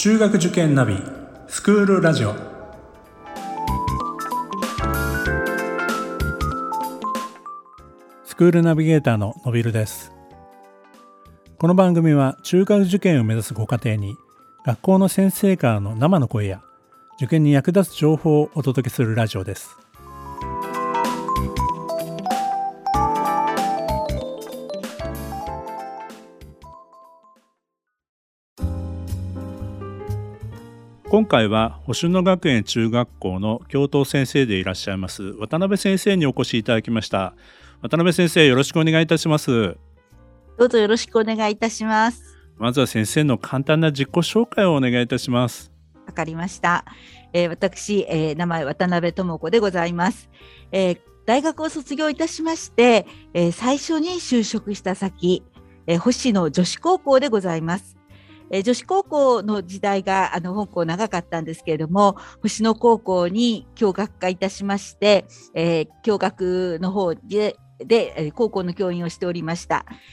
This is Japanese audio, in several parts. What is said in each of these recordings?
中学受験ナビスクールラジオ。スクールナビゲーターののびるです。この番組は中学受験を目指すご家庭に学校の先生からの生の声や受験に役立つ情報をお届けするラジオです。今回は星野学園中学校の教頭先生でいらっしゃいます渡辺先生にお越しいただきました。渡辺先生、よろしくお願いいたします。 どうぞよろしくお願いいたします。 まずは先生の簡単な自己紹介をお願いいたします。 わかりました。私、名前渡辺智子でございます。大学を卒業いたしまして、最初に就職した先、星野女子高校でございます。女子高校の時代が本校長かったんですけれども、星野高校に教学科いたしまして、教学の方で高校の教員をしておりました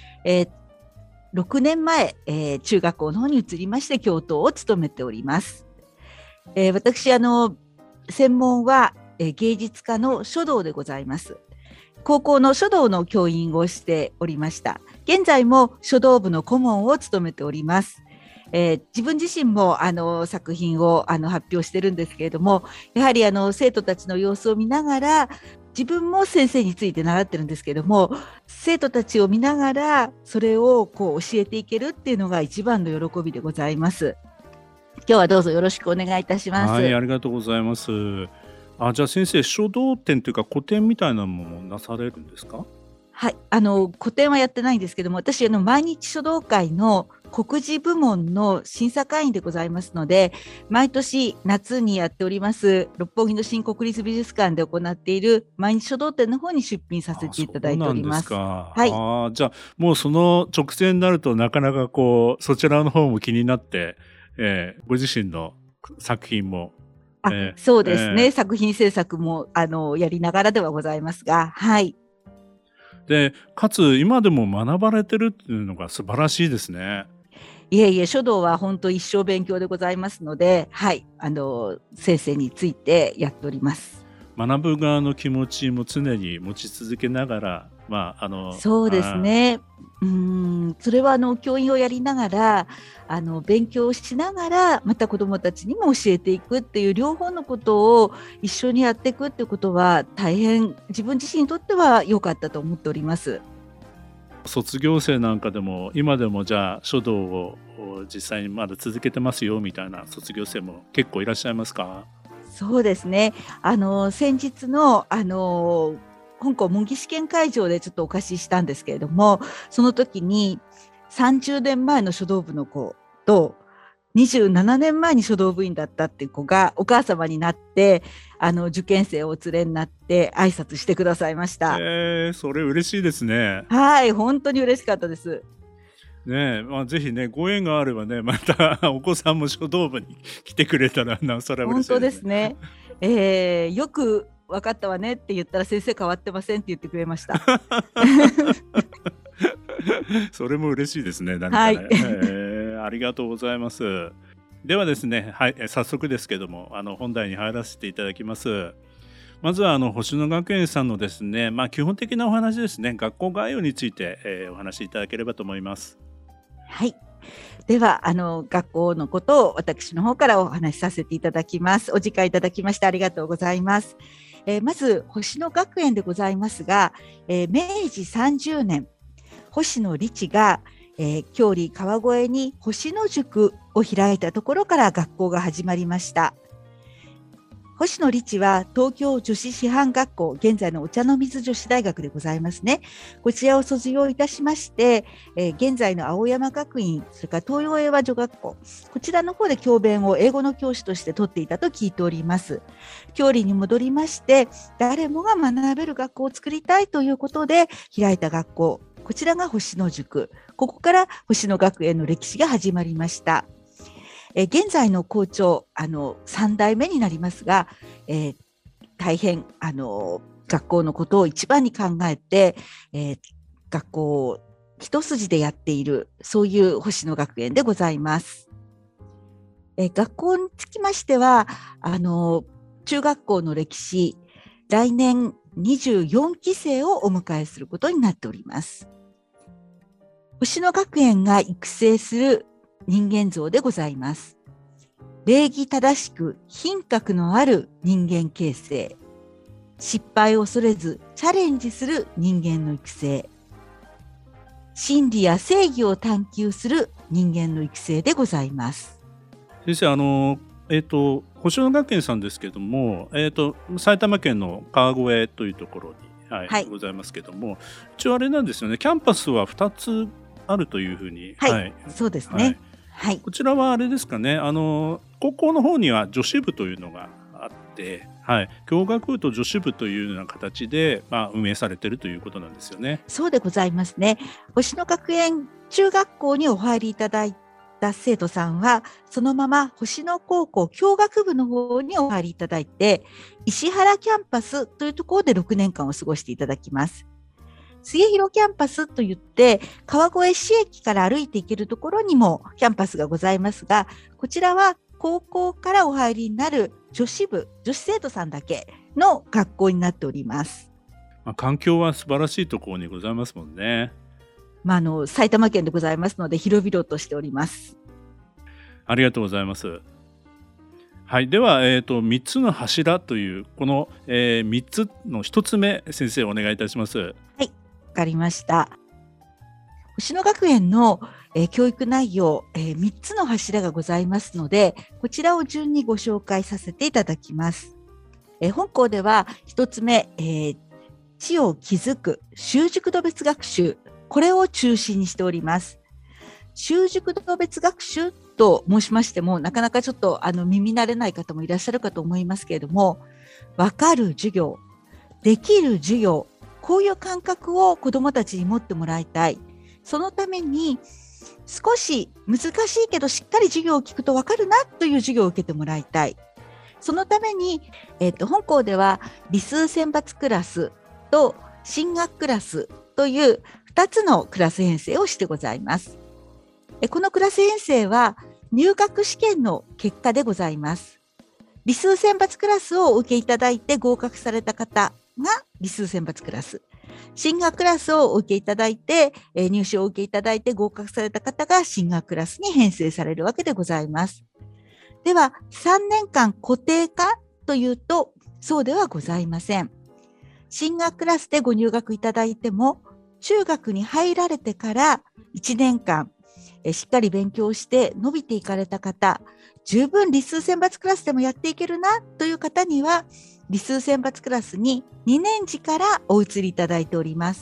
。6年前、中学校の方に移りまして教頭を務めております。私専門は、芸術科の書道でございます。高校の書道の教員をしておりました。現在も書道部の顧問を務めております。自分自身も作品を発表してるんですけれども、やはり生徒たちの様子を見ながら、自分も先生について習ってるんですけれども、生徒たちを見ながらそれを教えていけるっていうのが一番の喜びでございます。今日はどうぞよろしくお願いいたします。 はい、ありがとうございます。じゃあ先生、書道展というか個展みたいなものもなされるんですか？ はい、個展はやってないんですけども、私毎日書道会の告示部門の審査会員でございますので、毎年夏にやっております六本木の新国立美術館で行っている毎日書道展の方に出品させていただいております。 そうなんですか。はい、じゃあもうその直前になるとなかなかそちらの方も気になって、ご自身の作品もそうですね、作品制作もやりながらではございますが、はい。 でかつ今でも学ばれてるっていうのが素晴らしいですね。 いえいえ、書道は本当一生勉強でございますので、はい、先生についてやっております。 学ぶ側の気持ちも常に持ち続けながら、 そうですね。それは教員をやりながら勉強しながら、また子どもたちにも教えていくっていう両方のことを一緒にやっていくってことは大変自分自身にとっては良かったと思っております。 卒業生なんかでも今でもじゃあ書道を実際にまだ続けてますよみたいな卒業生も結構いらっしゃいますか？ そうですね。先日の香港模擬試験会場でちょっとお貸ししたんですけれども、その時に30年前の書道部の子と27年前に書道部員だったっていう子がお母様になって、受験生をお連れになって挨拶してくださいました。 それ嬉しいですね。 はい、本当に嬉しかったです。 ねえ、ぜひね、ご縁があればね、またお子さんも書道部に来てくれたらなおさら嬉しいですね。 本当ですね。よく分かったわねって言ったら、先生変わってませんって言ってくれました。 それも嬉しいですね。何かね、はい、ありがとうございます。ではですね、はい、早速ですけども本題に入らせていただきます。まずは星野学園さんのですね、基本的なお話ですね、学校概要について、お話しいただければと思います。 はい、では学校のことを私の方からお話しさせていただきます。お時間いただきましてありがとうございます。まず星野学園でございますが、明治30年星野理知が、郷里川越に星野塾を開いたところから学校が始まりました。星野理知は東京女子師範学校、現在のお茶の水女子大学でございますね。こちらを卒業いたしまして、現在の青山学院、それから東洋英和女学校、こちらの方で教鞭を英語の教師として取っていたと聞いております。郷里に戻りまして、誰もが学べる学校を作りたいということで開いた学校、こちらが星野塾。ここから星野学園の歴史が始まりました。現在の校長3代目になりますが、大変学校のことを一番に考えて、学校を一筋でやっている、そういう星野学園でございます。 学校につきましては、中学校の歴史、来年24期生をお迎えすることになっております。星野学園が育成する人間像でございます。礼儀正しく品格のある人間形成、失敗を恐れずチャレンジする人間の育成、真理や正義を探求する人間の育成でございます。 先生、星野学園さんですけども、埼玉県の川越というところに、ございますけども、一応あれなんですよね、キャンパスは2つあるというふうに、 そうですね。 こちらはあれですかね、高校の方には女子部というのがあって、共学部と女子部というような形で、運営されているということなんですよね。 そうでございますね。星野学園中学校にお入りいただいた生徒さんは、そのまま星野高校共学部の方にお入りいただいて、石原キャンパスというところで6年間を過ごしていただきます。末広キャンパスといって、川越市駅から歩いて行けるところにもキャンパスがございますが、こちらは高校からお入りになる女子部、女子生徒さんだけの学校になっております。 環境は素晴らしいところにございますもんね。 埼玉県でございますので、広々としております。 ありがとうございます。では、3つの柱というこの、3つの1つ目、先生お願いいたします。 わかりました。星野学園の、教育内容、3つの柱がございますので、こちらを順にご紹介させていただきます。本校では1つ目、知を築く習熟度別学習、これを中心にしております。習熟度別学習と申しましても、なかなかちょっと耳慣れない方もいらっしゃるかと思いますけれども、分かる授業、できる授業、こういう感覚を子どもたちに持ってもらいたい。そのために少し難しいけどしっかり授業を聞くと分かるなという授業を受けてもらいたい。そのために、本校では理数選抜クラスと進学クラスという2つのクラス編成をしてございます。このクラス編成は入学試験の結果でございます。理数選抜クラスをお受けいただいて合格された方が理数選抜クラス。進学クラスをお受けいただいて、入試をお受けいただいて合格された方が進学クラスに編成されるわけでございます。では、3年間固定かというと、そうではございません。進学クラスでご入学いただいても、中学に入られてから1年間、しっかり勉強して伸びていかれた方、十分理数選抜クラスでもやっていけるなという方には、理数選抜クラスに2年次からお移りいただいております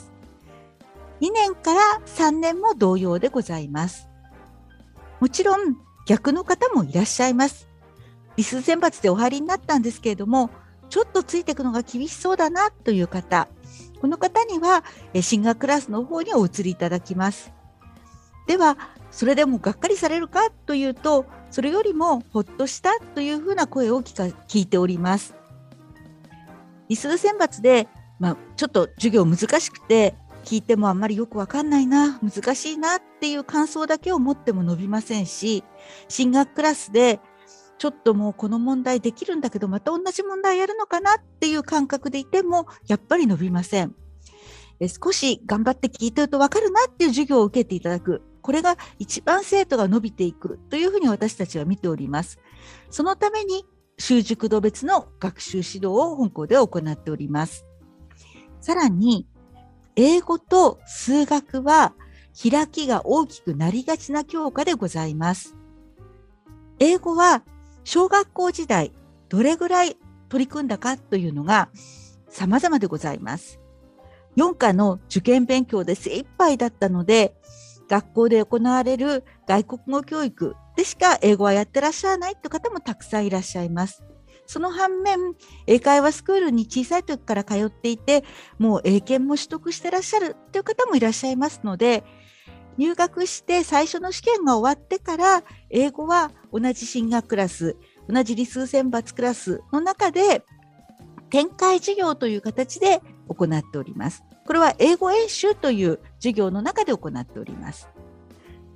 。2年から3年も同様でございます。もちろん逆の方もいらっしゃいます。理数選抜でお入りになったんですけれども、ちょっとついていくのが厳しそうだなという方、この方には進学クラスの方にお移りいただきます。では、それでもがっかりされるかというと、それよりもほっとしたというふうな声を聞いております。理数選抜で、ちょっと授業難しくて聞いてもあんまりよくわかんないな、難しいなっていう感想だけを持っても伸びませんし、進学クラスでちょっともうこの問題できるんだけどまた同じ問題やるのかなっていう感覚でいてもやっぱり伸びません。少し頑張って聞いてるとわかるなっていう授業を受けていただく、これが一番生徒が伸びていくというふうに私たちは見ております。そのために習熟度別の学習指導を本校で行っております。さらに英語と数学は開きが大きくなりがちな教科でございます。英語は小学校時代どれぐらい取り組んだかというのが様々でございます。4科の受験勉強で精一杯だったので、学校で行われる外国語教育でしか英語はやってらっしゃらないという方もたくさんいらっしゃいます。その反面、英会話スクールに小さい時から通っていて、もう英検も取得してらっしゃるという方もいらっしゃいますので、入学して最初の試験が終わってから英語は同じ進学クラス、同じ理数選抜クラスの中で展開授業という形で行っております。これは英語演習という授業の中で行っております。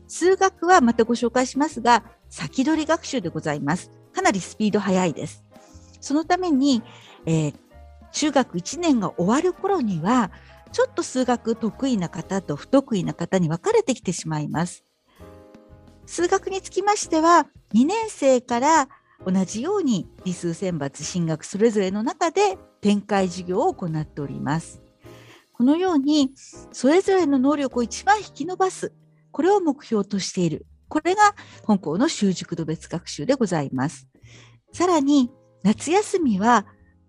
数学はまたご紹介しますが、先取り学習でございます。かなりスピード速いです。そのために、中学1年が終わる頃には、ちょっと数学得意な方と不得意な方に分かれてきてしまいます。数学につきましては、2年生から同じように理数選抜進学それぞれの中で展開授業を行っております。このようにそれぞれの能力を一番引き伸ばす、これを目標としている。これが本校の習熟度別学習でございます。さらに夏休みは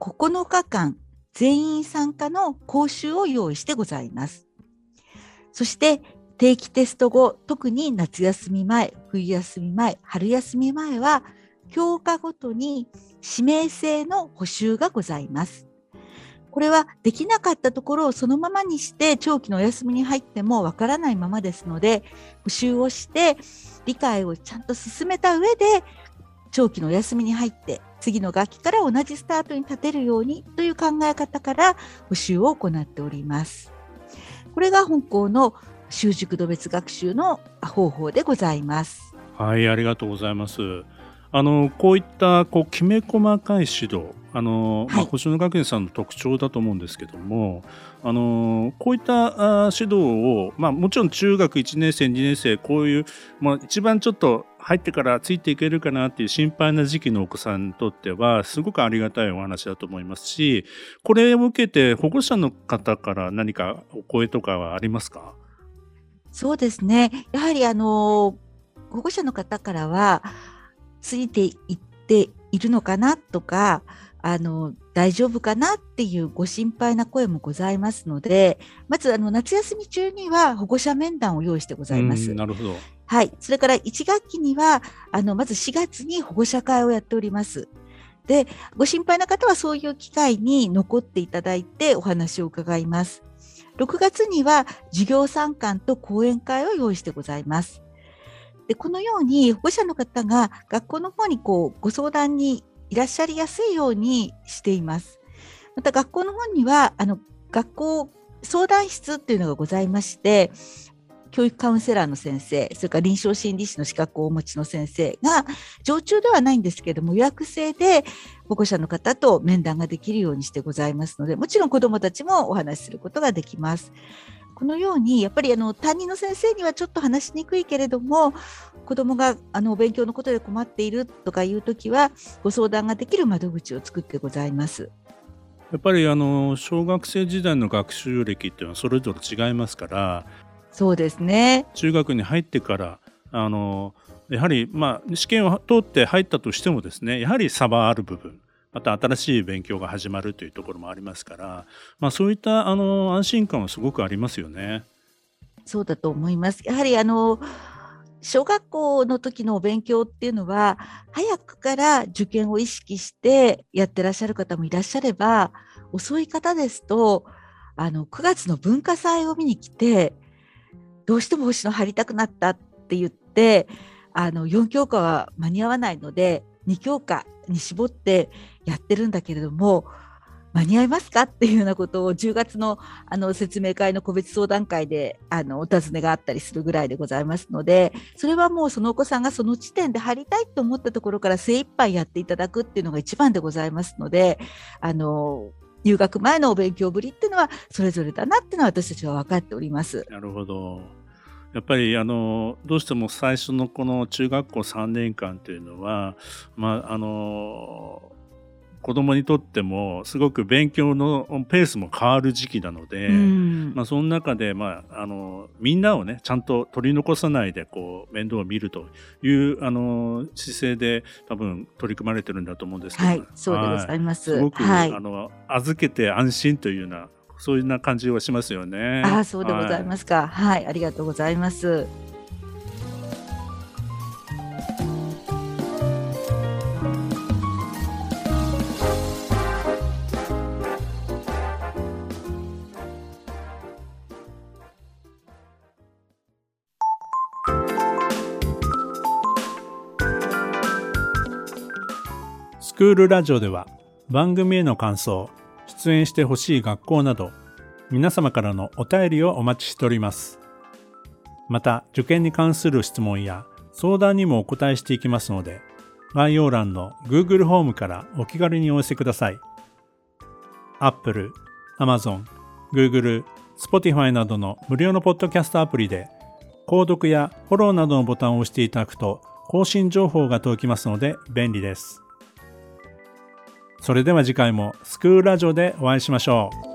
9日間全員参加の講習を用意してございます。そして定期テスト後、特に夏休み前、冬休み前、春休み前は教科ごとに指名制の補習がございます。これはできなかったところをそのままにして長期のお休みに入ってもわからないままですので、補習をして理解をちゃんと進めた上で長期のお休みに入って次の学期から同じスタートに立てるようにという考え方から補習を行っております。これが本校の習熟度別学習の方法でございます。 はい、ありがとうございます。こういったきめ細かい指導、星野学園さんの特徴だと思うんですけども、こういった指導を、もちろん中学1年生2年生こういう、一番ちょっと入ってからついていけるかなっていう心配な時期のお子さんにとってはすごくありがたいお話だと思いますし、これを受けて保護者の方から何かお声とかはありますか？ そうですね。やはり保護者の方からはついていっているのかなとか、大丈夫かなっていうご心配な声もございますので、まず夏休み中には保護者面談を用意してございます。 なるほど。 はい。それから1学期にはまず4月に保護者会をやっております。で、ご心配な方はそういう機会に残っていただいてお話を伺います。6月には授業参観と講演会を用意してございます。で、このように保護者の方が学校の方にご相談にいらっしゃりやすいようにしています。また学校の方には学校相談室っていうのがございまして、教育カウンセラーの先生、それから臨床心理士の資格をお持ちの先生が常駐ではないんですけれども予約制で保護者の方と面談ができるようにしてございますので、もちろん子どもたちもお話しすることができます。このようにやっぱり担任の先生にはちょっと話しにくいけれども、子どもがお勉強のことで困っているとかいうときはご相談ができる窓口を作ってございます。 やっぱり小学生時代の学習歴っていうのはそれぞれ違いますから、 そうですね。 中学に入ってからやはり試験を通って入ったとしてもですね、やはり差はある部分、また新しい勉強が始まるというところもありますから、そういった安心感はすごくありますよね。 そうだと思います。やはり小学校の時のお勉強っていうのは早くから受験を意識してやってらっしゃる方もいらっしゃれば、遅い方ですと9月の文化祭を見に来てどうしても星野入りたくなったって言って4教科は間に合わないので2教科に絞ってやってるんだけれども、間に合いますかっていうようなことを10月の説明会の個別相談会でお尋ねがあったりするぐらいでございますので、それはもうそのお子さんがその時点で入りたいと思ったところから精一杯やっていただくっていうのが一番でございますので、入学前のお勉強ぶりっていうのはそれぞれだなっていうのは私たちは分かっております。 なるほど。やっぱりどうしても最初のこの中学校3年間というのは、子供にとってもすごく勉強のペースも変わる時期なので、その中で、みんなをねちゃんと取り残さないで面倒を見るという姿勢で多分取り組まれてるんだと思うんですけど、 はい、そうでございます。 すごく、預けて安心というようなそういうな感じはしますよね。 そうでございますか。はい、ありがとうございます。 スクールラジオでは番組への感想、出演してほしい学校など皆様からのお便りをお待ちしております。 また受験に関する質問や相談にもお答えしていきますので、概要欄の Google フォームからお気軽にお寄せください。Apple、Amazon、Google、Spotify などの無料のポッドキャストアプリで購読やフォローなどのボタンを押していただくと更新情報が届きますので便利です。それでは次回もスクールラジオでお会いしましょう。